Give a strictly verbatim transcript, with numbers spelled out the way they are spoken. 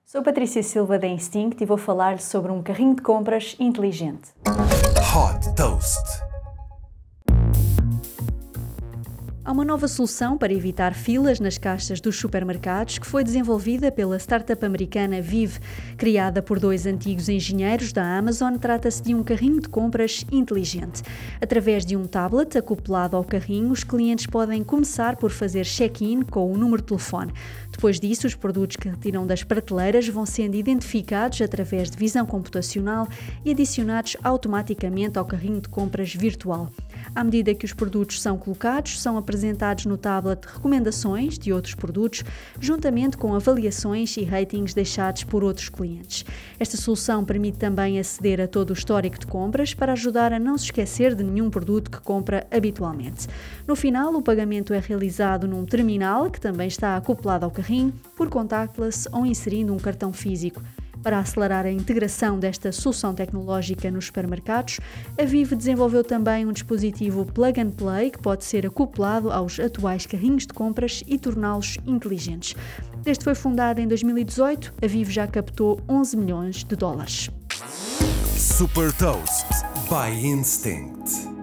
Sou Patrícia Silva da Instinct e vou falar-lhe sobre um carrinho de compras inteligente. Hot Toast. Há uma nova solução para evitar filas nas caixas dos supermercados que foi desenvolvida pela startup americana Viv. Criada por dois antigos engenheiros da Amazon, trata-se de um carrinho de compras inteligente. Através de um tablet acoplado ao carrinho, os clientes podem começar por fazer check-in com o número de telefone. Depois disso, os produtos que retiram das prateleiras vão sendo identificados através de visão computacional e adicionados automaticamente ao carrinho de compras virtual. À medida que os produtos são colocados, são apresentados no tablet recomendações de outros produtos, juntamente com avaliações e ratings deixados por outros clientes. Esta solução permite também aceder a todo o histórico de compras para ajudar a não se esquecer de nenhum produto que compra habitualmente. No final, o pagamento é realizado num terminal, que também está acoplado ao carrinho, por contactless ou inserindo um cartão físico. Para acelerar a integração desta solução tecnológica nos supermercados, a Viv desenvolveu também um dispositivo Plug and Play que pode ser acoplado aos atuais carrinhos de compras e torná-los inteligentes. Desde que foi fundada em dois mil e dezoito, a Viv já captou onze milhões de dólares. Super Toast by Instinct.